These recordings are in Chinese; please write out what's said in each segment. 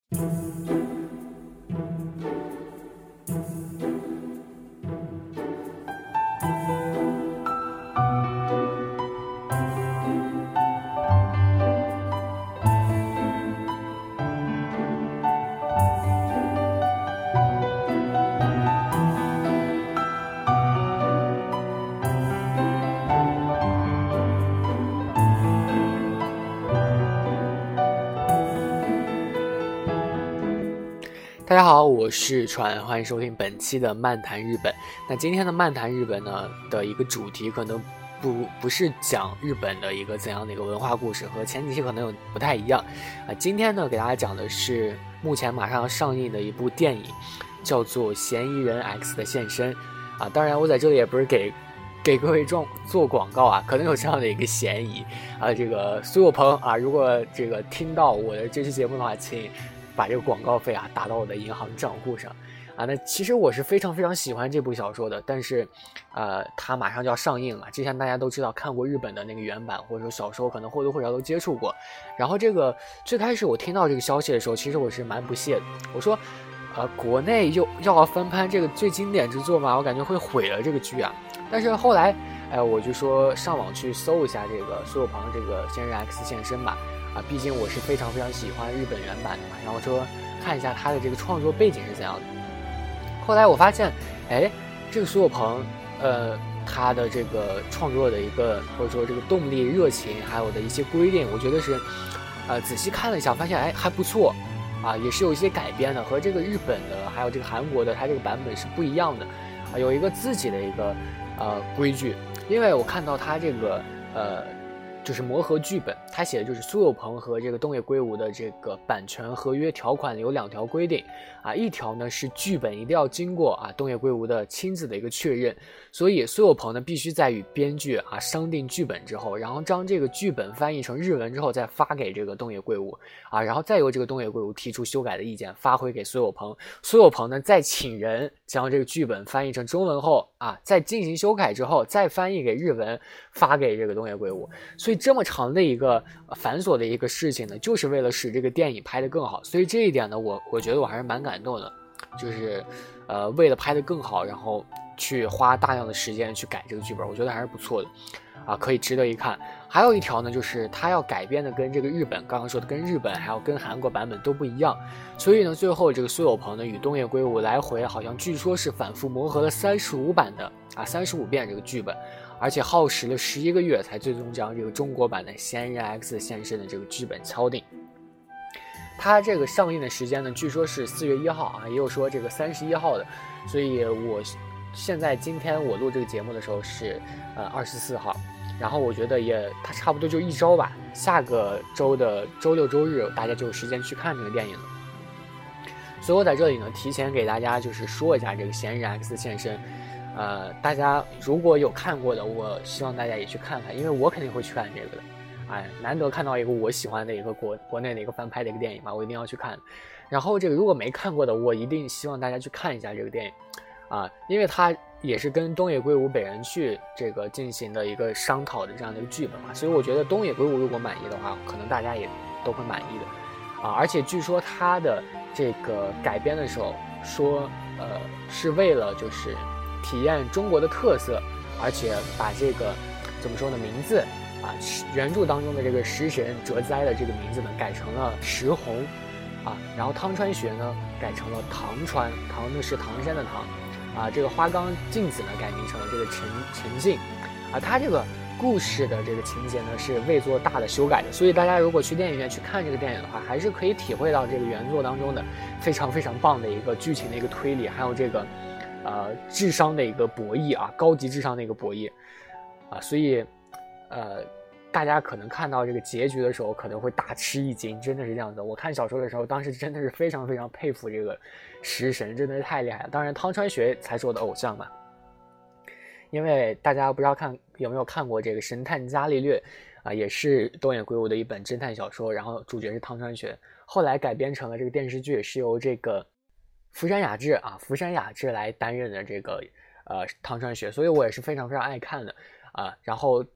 大家好，我是川，欢迎收听本期的漫谈日本。那今天的漫谈日本呢的一个主题可能不是讲日本的一个怎样的一个文化故事，和前几期可能有不太一样啊。今天呢给大家讲的是目前马上要上映的一部电影，叫做《嫌疑人 X 的现身》啊。当然我在这里也不是给各位做广告啊，可能有这样的一个嫌疑啊。这个苏有朋啊，如果这个听到我的这期节目的话，请把这个广告费啊打到我的银行账户上啊。那其实我是非常非常喜欢这部小说的，但是它马上就要上映了。之前大家都知道看过日本的那个原版，或者说小说可能或多或少都接触过。然后这个最开始我听到这个消息的时候，其实我是蛮不屑的。我说国内又要翻拍这个最经典之作嘛，我感觉会毁了这个剧啊。但是后来我就说上网去搜一下这个苏有朋这个嫌疑人 X 现身吧。毕竟我是非常非常喜欢日本原版的嘛，然后说看一下他的这个创作背景是怎样的。后来我发现，这个苏有朋，他的这个创作的一个或者说这个动力、热情，还有的一些规定，我觉得是，仔细看了一下，发现还不错，啊，也是有一些改编的，和这个日本的还有这个韩国的它这个版本是不一样的，有一个自己的一个规矩，因为我看到他这个就是磨合剧本，他写的就是苏有朋和这个东野圭吾的这个版权合约条款有2条规定啊，一条呢是剧本一定要经过东野圭吾的亲自的一个确认，所以苏有朋呢必须在与编剧商定剧本之后，然后将这个剧本翻译成日文之后再发给这个东野圭吾然后再由这个东野圭吾提出修改的意见发回给苏有朋，苏有朋呢再请人将这个剧本翻译成中文后再进行修改之后再翻译给日文发给这个东野圭吾，所以这么长的一个繁琐的一个事情呢，就是为了使这个电影拍得更好。所以这一点呢，我觉得我还是蛮感动的，就是为了拍得更好，然后去花大量的时间去改这个剧本，我觉得还是不错的可以值得一看。还有一条呢，就是他要改编的跟这个日本刚刚说的跟日本还有跟韩国版本都不一样，所以呢最后这个苏有朋呢与东野圭吾来回好像据说是反复磨合了35遍这个剧本，而且耗时了11个月才最终将这个中国版的嫌疑人 X 现身的这个剧本敲定。它这个上映的时间呢，据说是4月1号也有说这个31号的，所以我现在今天我录这个节目的时候是24号，然后我觉得它差不多就1周吧，下个周的周六周日大家就有时间去看这个电影了。所以我在这里呢提前给大家就是说一下这个嫌疑人 X 现身，大家如果有看过的，我希望大家也去看看，因为我肯定会去看这个的。难得看到一个我喜欢的一个国内的一个翻拍的一个电影嘛，我一定要去看。然后这个如果没看过的，我一定希望大家去看一下这个电影因为它也是跟东野圭吾本人去这个进行的一个商讨的这样的一个剧本嘛，所以我觉得东野圭吾如果满意的话，可能大家也都会满意的而且据说他的这个改编的时候说是为了就是体验中国的特色，而且把这个怎么说呢名字原著当中的这个食神哲哉的这个名字呢改成了石红然后汤川学呢改成了唐川，唐呢是唐山的唐这个花冈镜子呢改名成了这个陈静他这个故事的这个情节呢是未做大的修改的，所以大家如果去电影院去看这个电影的话，还是可以体会到这个原作当中的非常非常棒的一个剧情的一个推理，还有这个智商的一个博弈高级智商的一个博弈所以大家可能看到这个结局的时候可能会大吃一惊，真的是这样子。我看小说的时候当时真的是非常非常佩服这个食神，真的是太厉害了，当然汤川学才是我的偶像嘛。因为大家不知道有没有看过这个神探伽利略也是东野圭吾的一本侦探小说，然后主角是汤川学，后来改编成了这个电视剧，是由这个福山雅治来担任的这个汤川学，所以我也是非常非常爱看的然后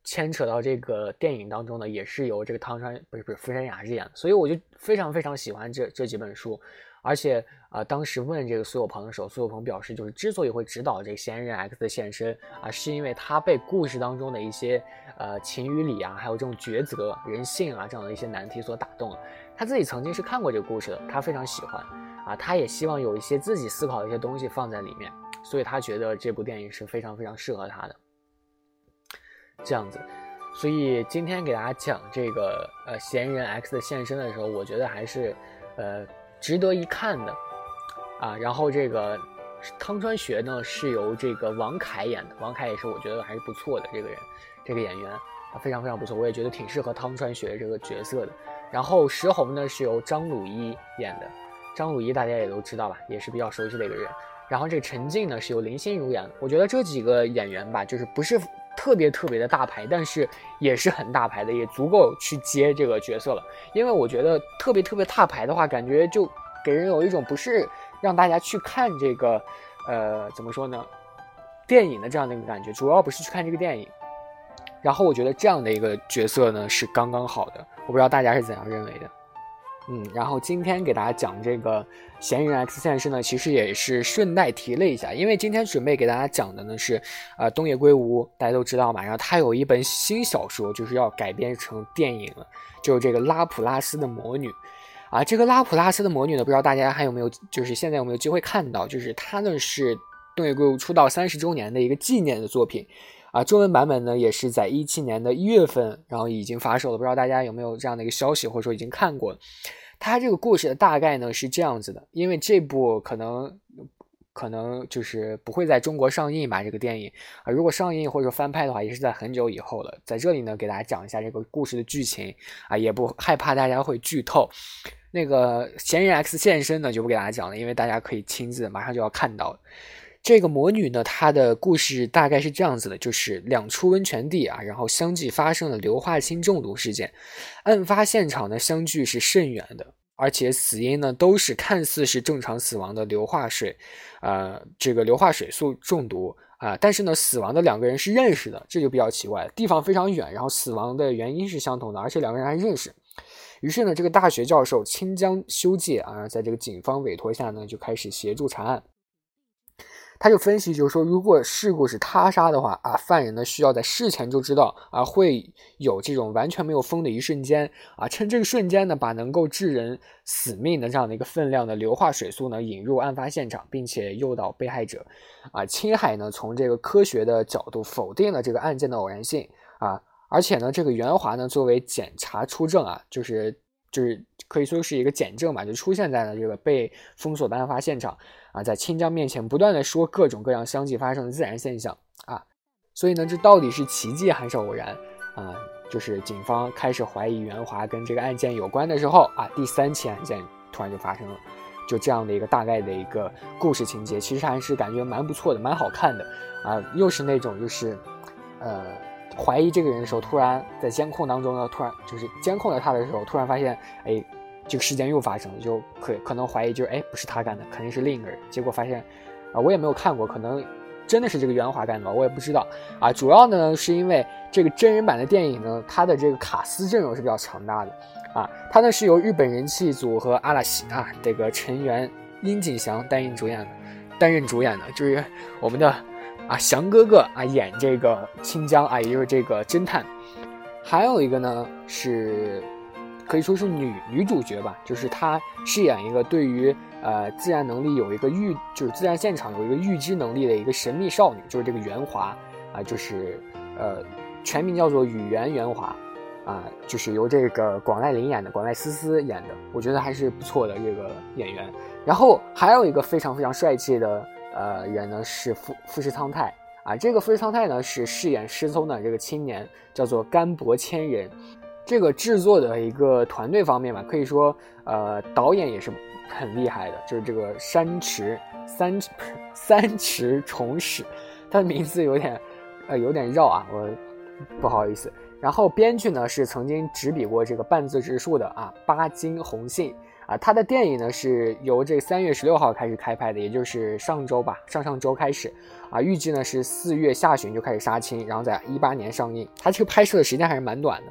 牵扯到这个电影当中呢，也是由这个不是福山雅治演的，所以我就非常非常喜欢这几本书。而且当时问这个苏有朋的时候，苏有朋表示，就是之所以会指导这个嫌疑人 X 的现身是因为他被故事当中的一些情与理还有这种抉择、人性这样的一些难题所打动了。他自己曾经是看过这个故事的，他非常喜欢他也希望有一些自己思考的一些东西放在里面，所以他觉得这部电影是非常非常适合他的。这样子，所以今天给大家讲这个嫌疑人 X 的现身的时候，我觉得还是值得一看的然后这个汤川学呢是由这个王凯演的，王凯也是我觉得还是不错的这个演员非常非常不错，我也觉得挺适合汤川学这个角色的。然后石红呢是由张鲁一演的，张鲁一大家也都知道吧，也是比较熟悉的一个人。然后这个陈静呢是由林心如演的，我觉得这几个演员吧，就是不是特别特别的大牌，但是也是很大牌的，也足够去接这个角色了。因为我觉得特别特别大牌的话，感觉就给人有一种不是让大家去看这个怎么说呢，电影的这样的一个感觉，主要不是去看这个电影。然后我觉得这样的一个角色呢是刚刚好的，我不知道大家是怎样认为的。然后今天给大家讲这个嫌疑人 X 现身呢，其实也是顺带提了一下，因为今天准备给大家讲的呢是东野圭吾，大家都知道嘛，然后他有一本新小说就是要改编成电影了，就是这个拉普拉斯的魔女这个拉普拉斯的魔女呢，不知道大家还有没有，就是现在有没有机会看到，就是它呢是东野圭吾出道30周年的一个纪念的作品中文版本呢也是在17年的1月份然后已经发售了，不知道大家有没有这样的一个消息，或者说已经看过了。它这个故事的大概呢是这样子的，因为这部可能就是不会在中国上映吧，这个电影如果上映或者翻拍的话也是在很久以后了。在这里呢给大家讲一下这个故事的剧情也不害怕大家会剧透。那个嫌疑人 X 现身呢就不给大家讲了，因为大家可以亲自马上就要看到了。这个魔女呢，她的故事大概是这样子的，就是2处温泉地然后相继发生了硫化氢中毒事件，案发现场呢相距是甚远的，而且死因呢都是看似是正常死亡的硫化水，这个硫化水素中毒但是呢死亡的2个人是认识的，这就比较奇怪了，地方非常远，然后死亡的原因是相同的，而且2个人还认识。于是呢，这个大学教授清江修介在这个警方委托下呢，就开始协助查案。他就分析，就是说，如果事故是他杀的话犯人呢需要在事前就知道会有这种完全没有风的一瞬间趁这个瞬间呢，把能够致人死命的这样的一个分量的硫化水素呢引入案发现场，并且诱导被害者青海呢从这个科学的角度否定了这个案件的偶然性而且呢，这个袁华呢作为检察出证就是可以说是一个检证嘛，就出现在了这个被封锁的案发现场在清江面前不断的说各种各样相继发生的自然现象所以呢，这到底是奇迹还是偶然就是警方开始怀疑袁华跟这个案件有关的时候第3起案件突然就发生了，就这样的一个大概的一个故事情节，其实还是感觉蛮不错的，蛮好看的又是那种就是怀疑这个人的时候，突然在监控当中呢，突然就是监控着他的时候，突然发现这个事件又发生了，就可能怀疑就是不是他干的，肯定是另一个人，结果发现我也没有看过，可能真的是这个袁华干的吧，我也不知道主要呢是因为这个真人版的电影呢，它的这个卡司阵容是比较强大的它呢是由日本人气组合阿拉西这个成员樱井翔担任主演的，就是我们的翔哥哥演这个清江也就是这个侦探。还有一个呢是可以说是女主角吧，就是她饰演一个对于自然能力有一个就是自然现场有一个预知能力的一个神秘少女，就是这个袁华就是全名叫做宇垣袁华就是由这个广濑铃演的，广濑丝丝演的，我觉得还是不错的这个演员。然后还有一个非常非常帅气的人呢是富士汤太这个富士汤太呢是饰演失踪的这个青年，叫做甘柏千人。这个制作的一个团队方面嘛，可以说导演也是很厉害的，就是这个三池崇史，他的名字有点绕我不好意思。然后编剧呢是曾经执笔过这个半泽直树的八津宏信它的电影呢是由这3月16号开始开拍的，也就是上周吧，上周开始预计呢是4月下旬就开始杀青，然后在18年上映。它这个拍摄的时间还是蛮短的。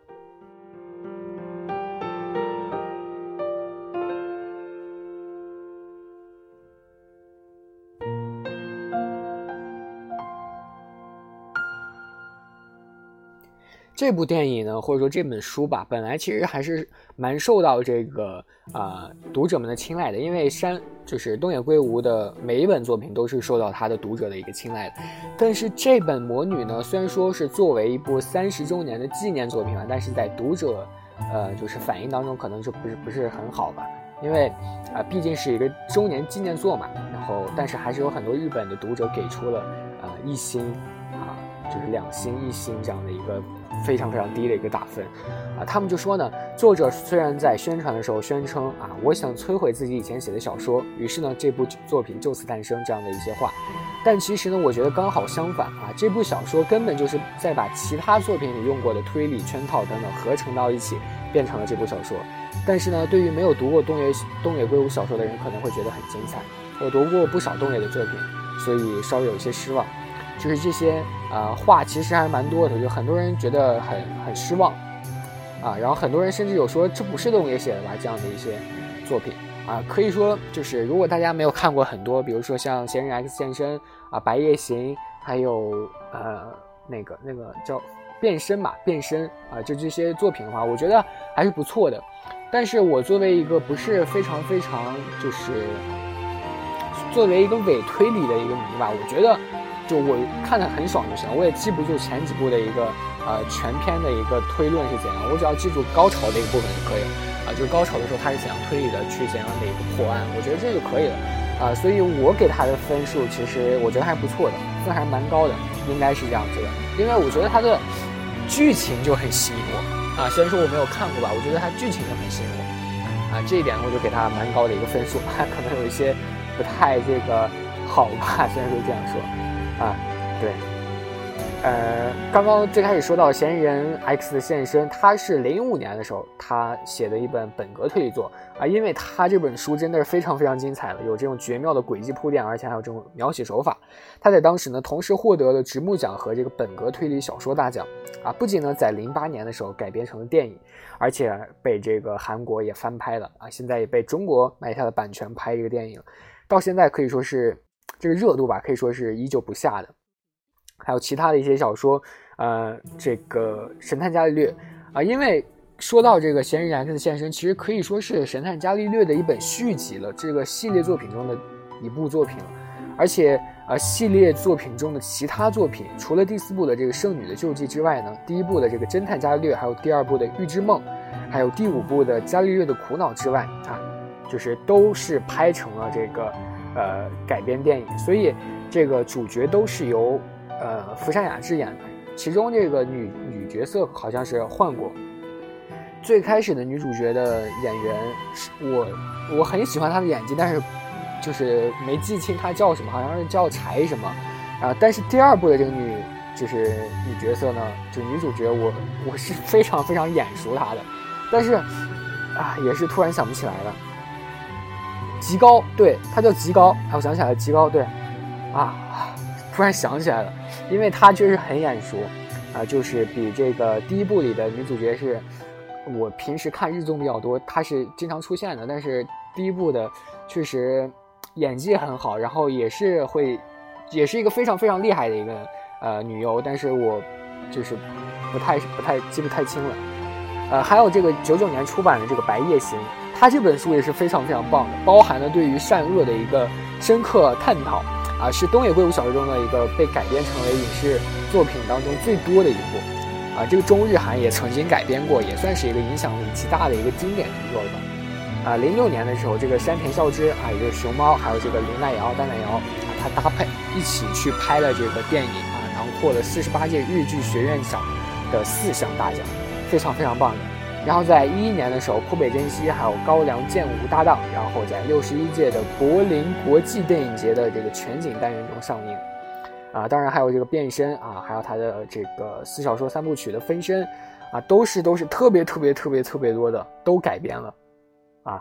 这部电影呢，或者说这本书吧，本来其实还是蛮受到这个读者们的青睐的，因为就是东野圭吾的每一本作品都是受到他的读者的一个青睐的。但是这本《魔女》呢，虽然说是作为一部30周年的纪念作品啊，但是在读者就是反应当中可能就不是很好吧，因为毕竟是一个周年纪念作嘛。然后但是还是有很多日本的读者给出了1星就是2星1星这样的一个非常非常低的一个打分他们就说呢，作者虽然在宣传的时候宣称我想摧毁自己以前写的小说，于是呢这部作品就此诞生这样的一些话，但其实呢我觉得刚好相反这部小说根本就是在把其他作品里用过的推理圈套等等合成到一起变成了这部小说。但是呢对于没有读过东野圭吾小说的人可能会觉得很精彩，我读过不少东野的作品，所以稍微有一些失望。就是这些话其实还蛮多的，就很多人觉得很失望然后很多人甚至有说这不是东野写的吧这样的一些作品可以说就是如果大家没有看过很多，比如说像《嫌疑人 X 现身》白夜行，还有那个叫变身吧，变身就这些作品的话，我觉得还是不错的。但是我作为一个不是非常就是作为一个伪推理的一个迷吧，我觉得就我看得很爽就行，我也记不住前几部的一个全篇的一个推论是怎样，我只要记住高潮的一个部分就可以了就是高潮的时候他是怎样推理的，去怎样的一个破案，我觉得这就可以了所以我给他的分数其实我觉得还不错的，分还蛮高的，应该是这样子的。因为我觉得他的剧情就很吸引我虽然说我没有看过吧，我觉得他剧情就很吸引我这一点我就给他蛮高的一个分数可能有一些不太这个好吧，虽然说这样说对刚刚最开始说到嫌疑人 X 的现身，他是05年的时候他写的一本本格推理作因为他这本书真的是非常非常精彩了，有这种绝妙的轨迹铺垫，而且还有这种描写手法。他在当时呢同时获得了直木奖和这个本格推理小说大奖不仅呢在08年的时候改编成了电影，而且被这个韩国也翻拍了现在也被中国买下了版权拍这个电影，到现在可以说是这个热度吧，可以说是依旧不下的。还有其他的一些小说这个神探伽利略因为说到这个嫌疑人 X 的现身，其实可以说是神探伽利略的一本续集了，这个系列作品中的一部作品了。而且系列作品中的其他作品，除了第4部的这个圣女的救济之外呢，第1部的这个侦探伽利略，还有第2部的预知梦，还有第5部的伽利略的苦恼之外就是都是拍成了这个改编电影，所以这个主角都是由福山雅治演的，其中这个女角色好像是换过。最开始的女主角的演员我很喜欢她的演技，但是就是没记清她叫什么，好像是叫柴什么但是第2部的这个女角色呢，就女主角我是非常非常眼熟她的，但是也是突然想不起来了。极高，对，她叫极高我想起来了，极高，对突然想起来了，因为她确实很眼熟就是比这个第1部里的女主角是我平时看日综比较多，她是经常出现的，但是第1部的确实演技很好，然后也是一个非常非常厉害的一个女优，但是我就是不太记不太清了。还有这个99年出版的这个《白夜行》，它这本书也是非常非常棒的，包含了对于善恶的一个深刻探讨是东野圭吾小说中的一个被改编成为影视作品当中最多的一部这个中日韩也曾经改编过，也算是一个影响力极大的一个经典之作了吧。06年的时候，这个山田孝之也就是熊猫，还有这个林濑遥、丹濑遥他搭配一起去拍了这个电影囊括了48届日剧学院奖的4项大奖，非常非常棒的。然后在11年的时候，浦北真希还有高良健吾搭档，然后在61届的柏林国际电影节的这个全景单元中上映当然还有这个变身还有他的这个4小说3部曲的分身都是特别多的都改编了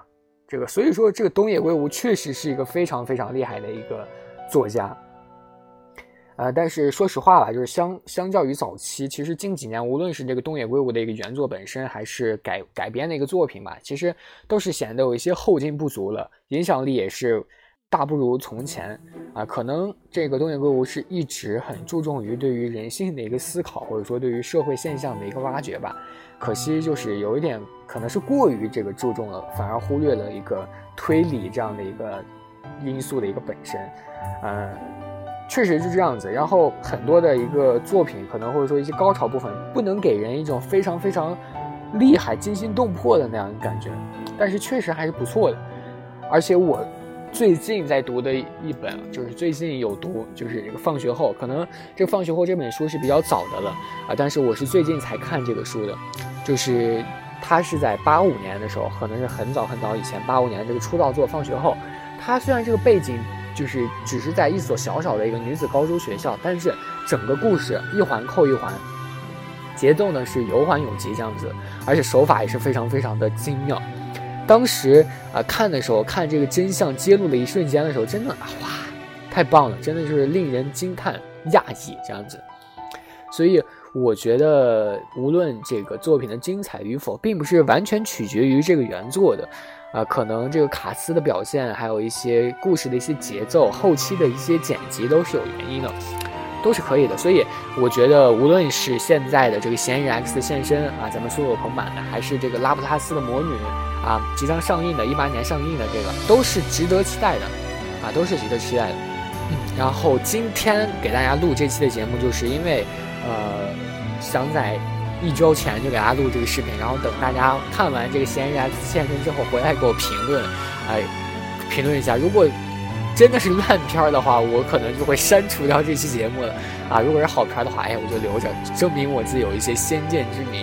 所以说这个东野圭吾确实是一个非常非常厉害的一个作家。但是说实话吧，就是相较于早期，其实近几年无论是这个东野圭吾的一个原作本身，还是改编的一个作品吧，其实都是显得有一些后劲不足了，影响力也是大不如从前可能这个东野圭吾是一直很注重于对于人性的一个思考，或者说对于社会现象的一个挖掘吧。可惜就是有一点可能是过于这个注重了，反而忽略了一个推理这样的一个因素的一个本身。确实是这样子，然后很多的一个作品可能或者说一些高潮部分不能给人一种非常非常厉害惊心动魄的那样的感觉，但是确实还是不错的。而且我最近在读的一本，就是最近有读，就是这个放学后，可能这个放学后这本书是比较早的了但是我是最近才看这个书的，就是它是在85年的时候，可能是很早很早以前，85年这个出道作放学后，它虽然这个背景就是只是在一所小小的一个女子高中学校，但是整个故事一环扣一环，节奏呢是有缓有急这样子，而且手法也是非常非常的精妙。当时看的时候，看这个真相揭露的一瞬间的时候，真的哇，太棒了，真的就是令人惊叹讶异这样子。所以我觉得无论这个作品的精彩与否，并不是完全取决于这个原作的可能这个卡斯的表现，还有一些故事的一些节奏，后期的一些剪辑都是有原因的，都是可以的。所以我觉得无论是现在的这个嫌疑人 X 的现身咱们苏有朋版的，还是这个拉普拉斯的魔女即将上映的18年上映的这个，都是值得期待的都是值得期待的。然后今天给大家录这期的节目，就是因为想在1周前就给大家录这个视频，然后等大家看完这个嫌疑人 X 现身之后回来给我评论评论一下，如果真的是烂片的话，我可能就会删除掉这期节目了如果是好片的话我就留着，证明我自己有一些先见之明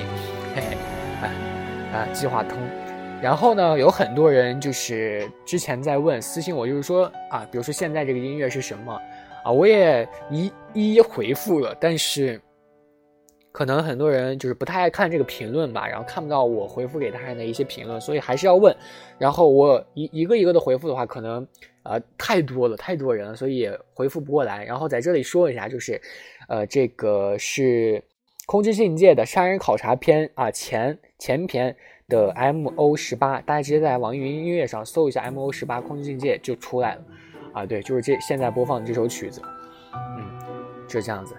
计划通。然后呢，有很多人就是之前在问私信我，就是说比如说现在这个音乐是什么我也一一回复了，但是可能很多人就是不太爱看这个评论吧，然后看不到我回复给他人的一些评论，所以还是要问。然后我一个一个的回复的话，可能太多了，太多人了，所以也回复不过来。然后在这里说一下，就是这个是空之境界的杀人考察篇前篇的 MO18， 大家直接在网易云音乐上搜一下 MO18 空之境界就出来了对，就是现在播放的这首曲子就是这样子。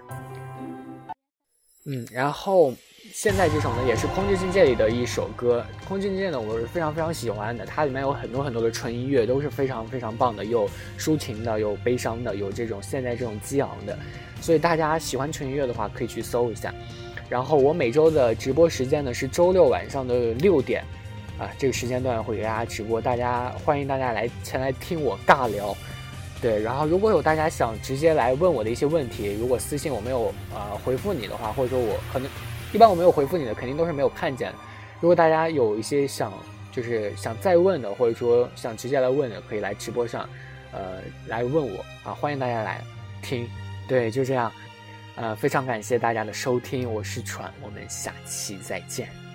然后现在这首呢也是空之境界里的一首歌，空之境界呢我是非常非常喜欢的，它里面有很多很多的纯音乐，都是非常非常棒的，有抒情的，有悲伤的，有这种现在这种激昂的，所以大家喜欢纯音乐的话可以去搜一下。然后我每周的直播时间呢是周六晚上的6点这个时间段会给大家直播，欢迎大家前来听我尬聊。对，然后如果有大家想直接来问我的一些问题，如果私信我没有回复你的话，或者说我可能一般我没有回复你的，肯定都是没有看见的。如果大家有一些想再问的，或者说想直接来问的，可以来直播上来问我欢迎大家来听。对，就这样非常感谢大家的收听，我是船，我们下期再见。